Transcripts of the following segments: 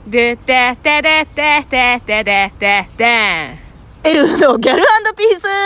でててでてててでててエルフのギャル&ピース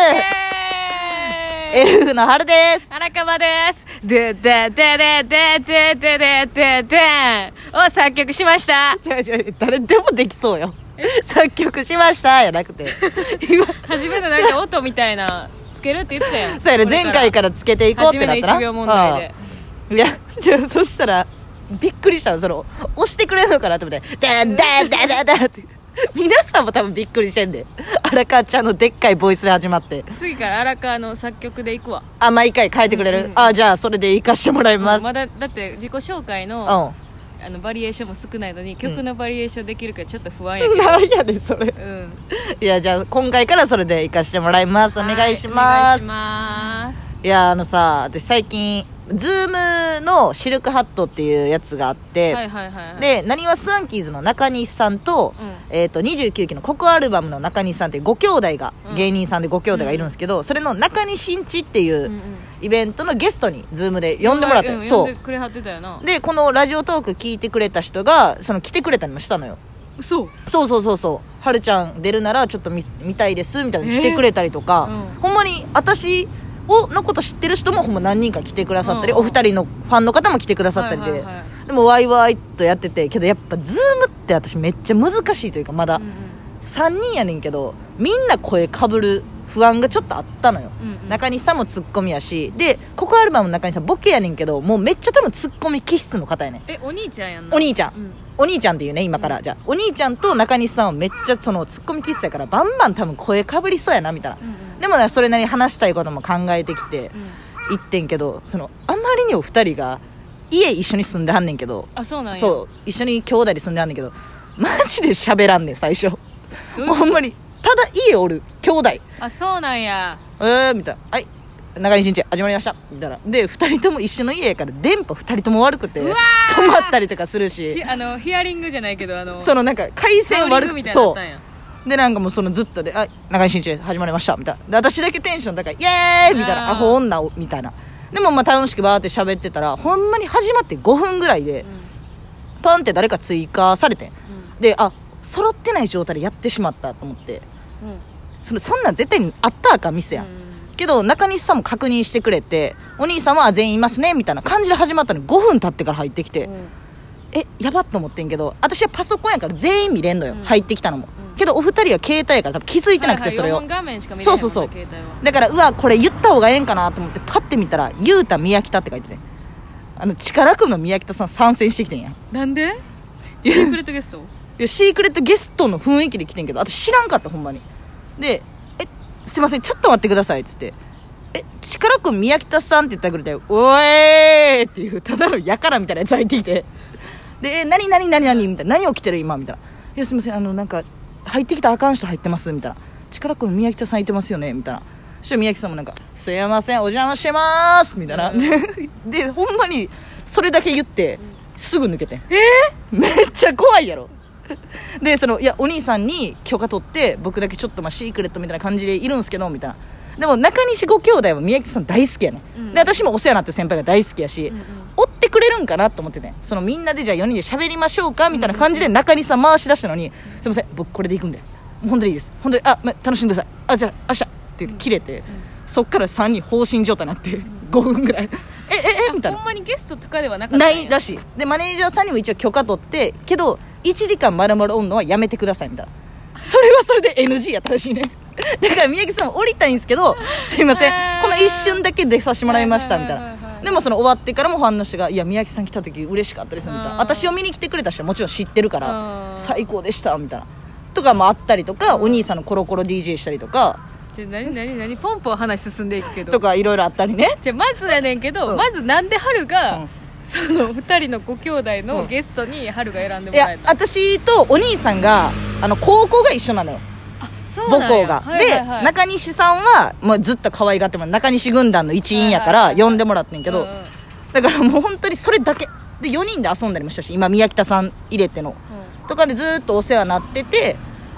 エルフの春です。 荒川です。ででででででででででを作曲しました。 誰でもできそうよ。作曲しましたやなくて今初めてなんか音みたいなつけるって言ってたやん。 そうやね、前回からつけていこうってなったら初めの1秒問題で。 いやそしたらびっくりしたの、その押してくれるのかなと思ってダンダンダンダンダンって皆さんも多分びっくりしてんで、荒川ちゃんのでっかいボイスで始まって、 次から荒川の作曲でいくわ。 あ、毎回変えてくれる、じゃあそれで行かしてもらいます。 まだだって自己紹介の、バリエーションも少ないのに曲のバリエーションできるからちょっと不安やけど、 なんやねんそれ、いやじゃあ今回からそれで行かしてもらいます。お願いします。 お願いします。 いや私最近ズームのシルクハットっていうやつがあって、でなにわスワンキーズの中西さんと、29期のココアルバムの中西さんって5兄弟が、芸人さんで5兄弟がいるんですけど、それの中西んちっていうイベントのゲストにズームで呼んでもらって、 呼んでくれはってたよな。 でこのラジオトーク聞いてくれた人がその来てくれたりもしたのよ。そうはるちゃん出るならちょっと 見たいですみたいな来てくれたりとか、ほんまに私のこと知ってる人もほんま何人か来てくださったり、お二人のファンの方も来てくださったりで、でもワイワイとやってて、けどやっぱズームって私めっちゃ難しいというか、まだ3人やねんけどみんな声かぶる不安がちょっとあったのよ、中西さんもツッコミやし、でココアルバムの中西さんボケやねんけど、もうめっちゃ多分ツッコミ気質の方やねん。 お兄ちゃんやんな。 お兄ちゃん、お兄ちゃんっていうね今から、じゃあお兄ちゃんと中西さんはめっちゃそのツッコミ気質やからバンバン多分声かぶりそうやなみたいな、でもねそれなりに話したいことも考えてきて行ってんけど、そのあまりにお二人が家一緒に住んではんねんけど、 そうなんや。 そう一緒に兄弟で住んではんねんけど、マジで喋らんねん最初ほんまにただ家おる兄弟、 そうなんや。 みたいな、はい中西んち始まりましたみたいなで、2人とも一緒の家やから電波2人とも悪くて止まったりとかするし、 ヒアリングじゃないけどそのなんか回線悪くて、 そうでなんかもうそのずっとで中西んち始まりましたみたいなで、私だけテンション高いイエーイみたいな、アホ女みたいな、でもまあ楽しくバーって喋ってたら、ほんまに始まって5分ぐらいで、パンって誰か追加されて、で揃ってない状態でやってしまったと思って、そんなん絶対にあったらあかんミスやん、けど中西さんも確認してくれて、お兄さんは全員いますねみたいな感じで始まったのに5分経ってから入ってきて、やばっと思ってんけど、私はパソコンやから全員見れんのよ、入ってきたのも、けどお二人は携帯やから多分気づいてなくて、それを 4画面しか見れないもんね、 そう携帯は。 だからこれ言った方がええんかなと思ってパッて見たらゆうた宮北って書いてて、力くんの宮北さん参戦してきてんや。 なんでシークレットゲストシークレットゲストの雰囲気で来てんけど、私知らんかったほんまに。ですいませんちょっと待ってくださいっつって、力くん宮北さんって言ったらくれて、おえーっていうただのやからみたいなやつ入ってきて、で何みたいな、何起きてる今みたいな、いやすいませんなんか入ってきたらあかん人入ってますみたいな、力くん宮北さんいてますよねみたいな、そしたら宮北さんもなんかすいませんお邪魔してますみたいな、でほんまにそれだけ言ってすぐ抜けて、めっちゃ怖いやろでいやお兄さんに許可取って僕だけちょっとシークレットみたいな感じでいるんすけどみたいな、でも中西ご兄弟は宮北さん大好きやね、で私もお世話になってる先輩が大好きやし、追ってくれるんかなと思ってね、みんなでじゃあ4人で喋りましょうかみたいな感じで中西さん回し出したのに、すいません僕これで行くんで本当にいいです本当に楽しんでください、じゃあ明日って言って切れて、そっから3人放心状態になって5分ぐらいみたいな、 ほんまにゲストとかではなかったないらしい。でマネージャーさんにも一応許可取って、けど1時間丸々おんのはやめてくださいみたいな、それはそれで NG やったらしいねだから宮城さんも降りたいんですけどすいませんこの一瞬だけ出させてもらいましたみたいな、でも終わってからもファンの人がいや宮城さん来た時嬉しかったですみたいな、私を見に来てくれた人はもちろん知ってるから最高でしたみたいなとかもあったりとか、お兄さんのコロコロ DJ したりとか、 何ポンポン話進んでいくけどとかいろいろあったりね。 まずやねんけど、まずなんで春が、その2人のご兄弟のゲストに春が選んでもらえた、 いや私とお兄さんが高校が一緒なのよ、母校が、で中西さんはもうずっと可愛がっても中西軍団の一員やから呼んでもらってんけど、だからもう本当にそれだけで4人で遊んだりもしたし、今宮北さん入れての、とかでずっとお世話になってて、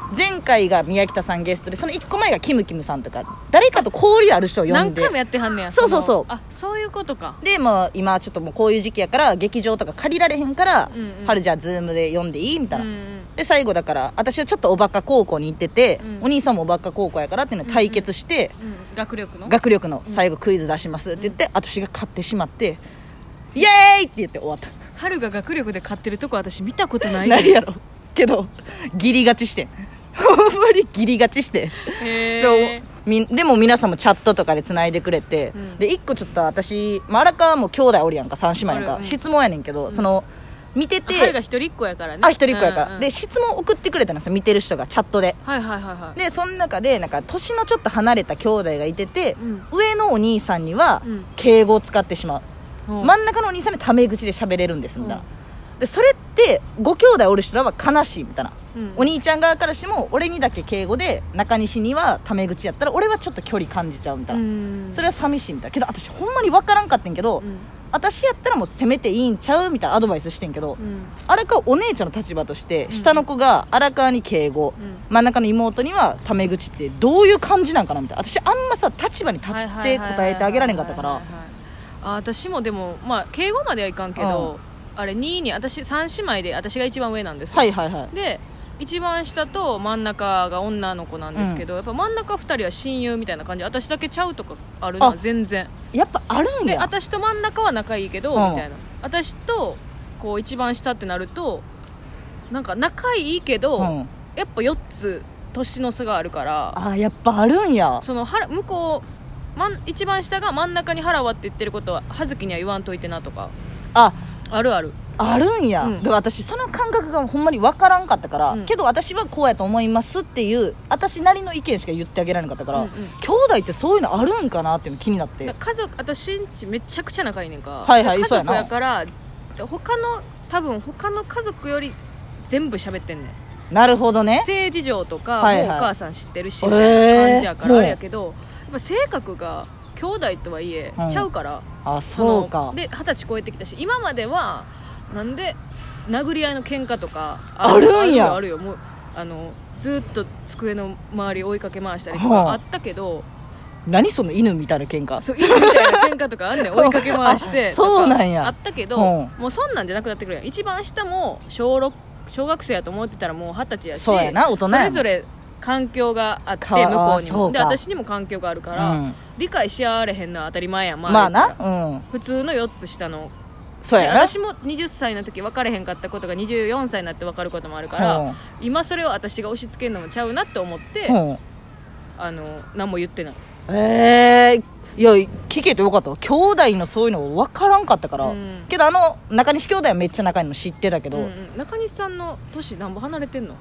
前回が宮北さんゲストでその1個前がキムキムさんとか誰かと交流ある人を呼んで何回もやってはんねや。 そうそうそう。 あ、そういうことか。 でもう今ちょっともうこういう時期やから劇場とか借りられへんから、 うんうん、 春じゃあズームで読んでいいみたいな、 うんうん、 で最後だから私はちょっとおバカ高校に行ってて、 うん、 お兄さんもおバカ高校やからっていうのを対決して、 うんうん、学力の最後クイズ出しますって言って、私が勝ってしまってイエーイって言って終わった。 春が学力で勝ってるとこ私見たことない。 ないやろけどギリ勝ちしてほんまにギリ勝ちしてでも皆さんもチャットとかでつないでくれて、うん、で1個ちょっと私、荒川も兄弟おるやんか、3姉妹やんか、質問やねんけど、その見てて春が一人っ子やからね。 一人っ子やから、で質問送ってくれたんですよ、見てる人がチャットで。 はいはいはいはい。 でその中でなんか年のちょっと離れた兄弟がいてて、上のお兄さんには敬語を使ってしまう、真ん中のお兄さんにタメ口で喋れるんですみたいな、でそれってご兄弟おる人らは悲しいみたいな、お兄ちゃん側からしても俺にだけ敬語で中西にはタメ口やったら俺はちょっと距離感じちゃうみたいな、それは寂しいみたいな。けど私ほんまに分からんかったんけど、私やったらもう攻めていいんちゃうみたいなアドバイスしてんけど、荒川お姉ちゃんの立場として下の子が荒川に敬語、真ん中の妹にはタメ口ってどういう感じなんかなみたいな。私あんまさ立場に立って答えてあげられんかったから。 私もでも敬語まではいかんけど、あれ2位に私3姉妹で私が一番上なんですよ、 はいはいはい、 で一番下と真ん中が女の子なんですけど、やっぱ真ん中2人は親友みたいな感じ、私だけちゃうとかあるのは全然やっぱあるんや。 で私と真ん中は仲いいけど、みたいな。私とこう一番下ってなるとなんか仲いいけど、やっぱ4つ年の差があるから、 やっぱあるんや。 その向こう一番下が真ん中に腹割って言ってることは葉月には言わんといてなとかあるんや、だから私その感覚がほんまに分からんかったから、けど私はこうやと思いますっていう私なりの意見しか言ってあげられなかったから、兄弟ってそういうのあるんかなっていうの気になって。 家族私んちめちゃくちゃ仲いいねんか、 はいはい、 家族やから多分他の家族より全部喋ってんねん。なるほどね。性事情とかもお母さん知ってるしみたいな感じやからあれやけど、やっぱ性格が兄弟とはいえちゃうから、 そうか。 で20歳超えてきたし、今まではなんで殴り合いの喧嘩とかあるんや。 あるよ。もうずっと机の周り追いかけ回したりとかあったけど、 何その犬みたいな喧嘩。 そう犬みたいな喧嘩とかあんねん追いかけ回してそうなんや。 あったけど、もうそんなんじゃなくなってくるやん。一番下も小学生やと思ってたらもう20歳やし、 そうやな、大人や。 それぞれ環境があって向こうにもで私にも環境があるから、理解し合われへんのは当たり前やん。まあな、普通の4つ下の。そうやな。私も20歳の時分かれへんかったことが24歳になって分かることもあるから、今それを私が押し付けるのもちゃうなって思って、何も言ってない。 いや聞けてよかった。兄弟のそういうの分からんかったから、けど中西兄弟はめっちゃ仲いいの知ってたけど、 中西さんの年何ぼ離れてんの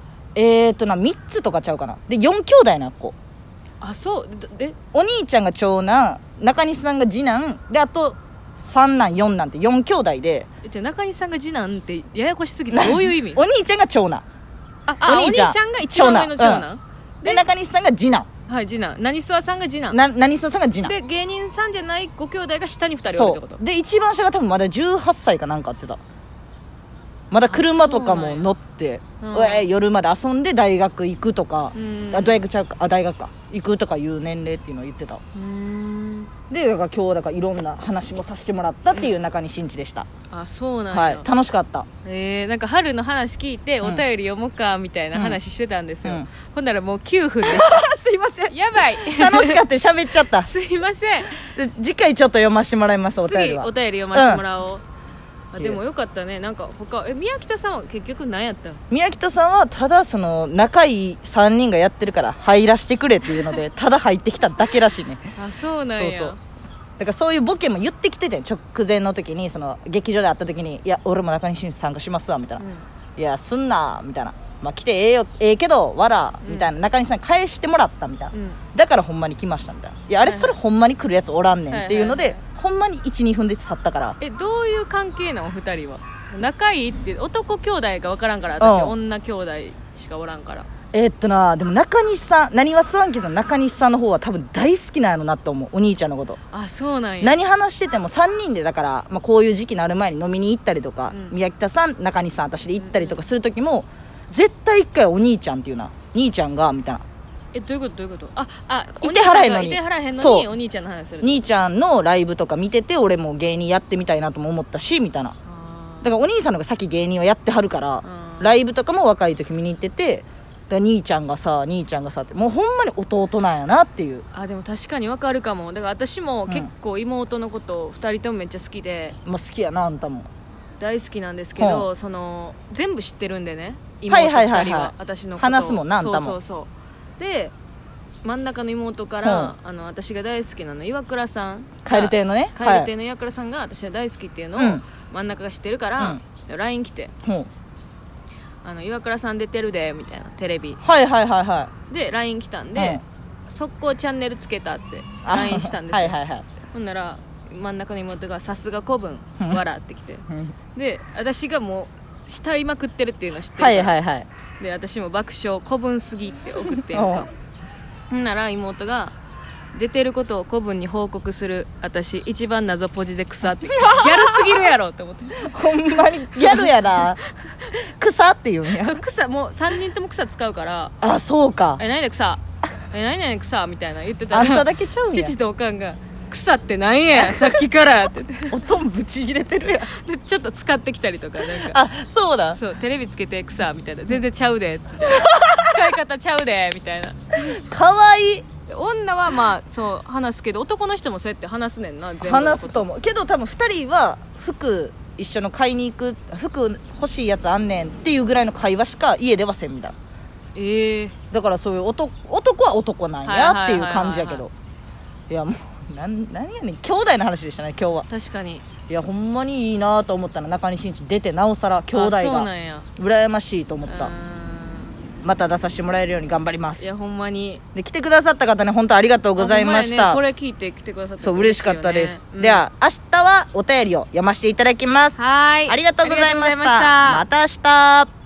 ？3つとかちゃうかな。で4兄弟な子。 そうでお兄ちゃんが長男、中西さんが次男で、あと三男四男って4兄弟で。 中西さんが次男ってややこしすぎてどういう意味？ お兄ちゃんが長男。 お兄ちゃんが一番上の長男、 で中西さんが次男。 はい、次男。何諏訪さんが次男。 何諏訪さんが次男で芸人さんじゃないご兄弟が下に2人おるってこと。 で一番下が多分まだ18歳かなんかって言ってた。まだ車とかも乗って夜まで遊んで大学行くとか、大学か行くとかいう年齢っていうのを言ってた。でだから今日だからいろんな話もさせてもらったっていう中西新地でした。 そうなんや、 はい、楽しかった。 なんか春の話聞いてお便り読もうかみたいな話してたんですよ、ほんならもう9分でしたすいません、 やばい楽しかった喋っちゃったすいません。 次回ちょっと読ませてもらいます。お便りは次お便り読ませてもらおう、でもよかったね。なんか他宮北さんは結局何やったの？ 宮北さんはただその仲いい3人がやってるから入らしてくれっていうのでただ入ってきただけらしいね。 そうなんや。 そうだからそういうボケも言ってきてて、直前の時にその劇場で会った時に、いや俺も中西参加しますわみたいな、いやすんなみたいな、来てええけどわらみたいな、中西さん返してもらったみたいな、だからほんまに来ましたみたいな、いやあれそれほんまに来るやつおらんねんっていうので、ほんまに 1,2 分で去ったから。 どういう関係なの2人は？仲いいって男兄弟が分からんから、私女兄弟しかおらんから。でも中西さん、何はスワンキーズの中西さんの方は多分大好きなんやろなと思う、お兄ちゃんのこと。 そうなんや。 何話してても3人でだから、こういう時期になる前に飲みに行ったりとか、宮北さん中西さん私で行ったりとかする時も、絶対1回お兄ちゃんっていうな。 兄ちゃんがみたいな、 どういうこといてはらへんのにいてはらへんのにお兄ちゃんの話する。 兄ちゃんのライブとか見てて俺も芸人やってみたいなとも思ったしみたいな。だからお兄さんのが先芸人をやってはるから、ライブとかも若い時見に行ってて、だから兄ちゃんがさってもうほんまに弟なんやなっていう。 でも確かにわかるかも。だから私も結構妹のこと2人ともめっちゃ好きで、 まあ、好きやなあんたも大好きなんですけど、全部知ってるんでね、妹2人は私のこと話すもんなあんたも。 そうで真ん中の妹から、私が大好きなの岩倉さん、 蛙亭のね、 蛙亭の岩倉さんが私が大好きっていうのを真ん中が知ってるから、LINE 来て、岩倉さん出てるでみたいな、テレビで LINE 来たんで、速攻チャンネルつけたって LINE したんですよ。ほんなら真ん中の妹がさすが古文笑ってきて、で私がもう慕いまくってるっていうのを知ってるから、で私も爆笑古文すぎって送ってんか。ほんなら妹が出てることを古文に報告する私一番謎ポジで草ってギャルすぎるやろって思ってほんまにギャルやな草って言うんや。 そう草、もう3人とも草使うから、 そうか、 何で草何草みたいな言ってたら、 あんただけちゃうんや。 父とおかんが草ってなんやさっきからって言っておとんぶち切れてるやん。 でちょっと使ってきたりとか、なんかそうだ、 そうテレビつけて草みたいな、全然ちゃうでみたいな使い方ちゃうでみたいな。 かわいい。 女はまあそう話すけど、男の人もそうやって話すねんな。全部話すと思うけど、多分2人は服一緒の買いに行く、服欲しいやつあんねんっていうぐらいの会話しか家ではせんみたいな。だからそういう男は男なんやっていう感じやけど、いやもう何やねん、兄弟の話でしたね今日は。 確かに。 いやほんまにいいなと思ったら、中西真一出てなおさら兄弟がそうなんや、 羨ましいと思った。また出させてもらえるように頑張ります。 いやほんまに。 で来てくださった方ね、本当ありがとうございました。 これ聞いて来てくださった、 そう嬉しかったです。では明日はお便りを読ませていただきます。 はい、 ありがとうございました。また明日。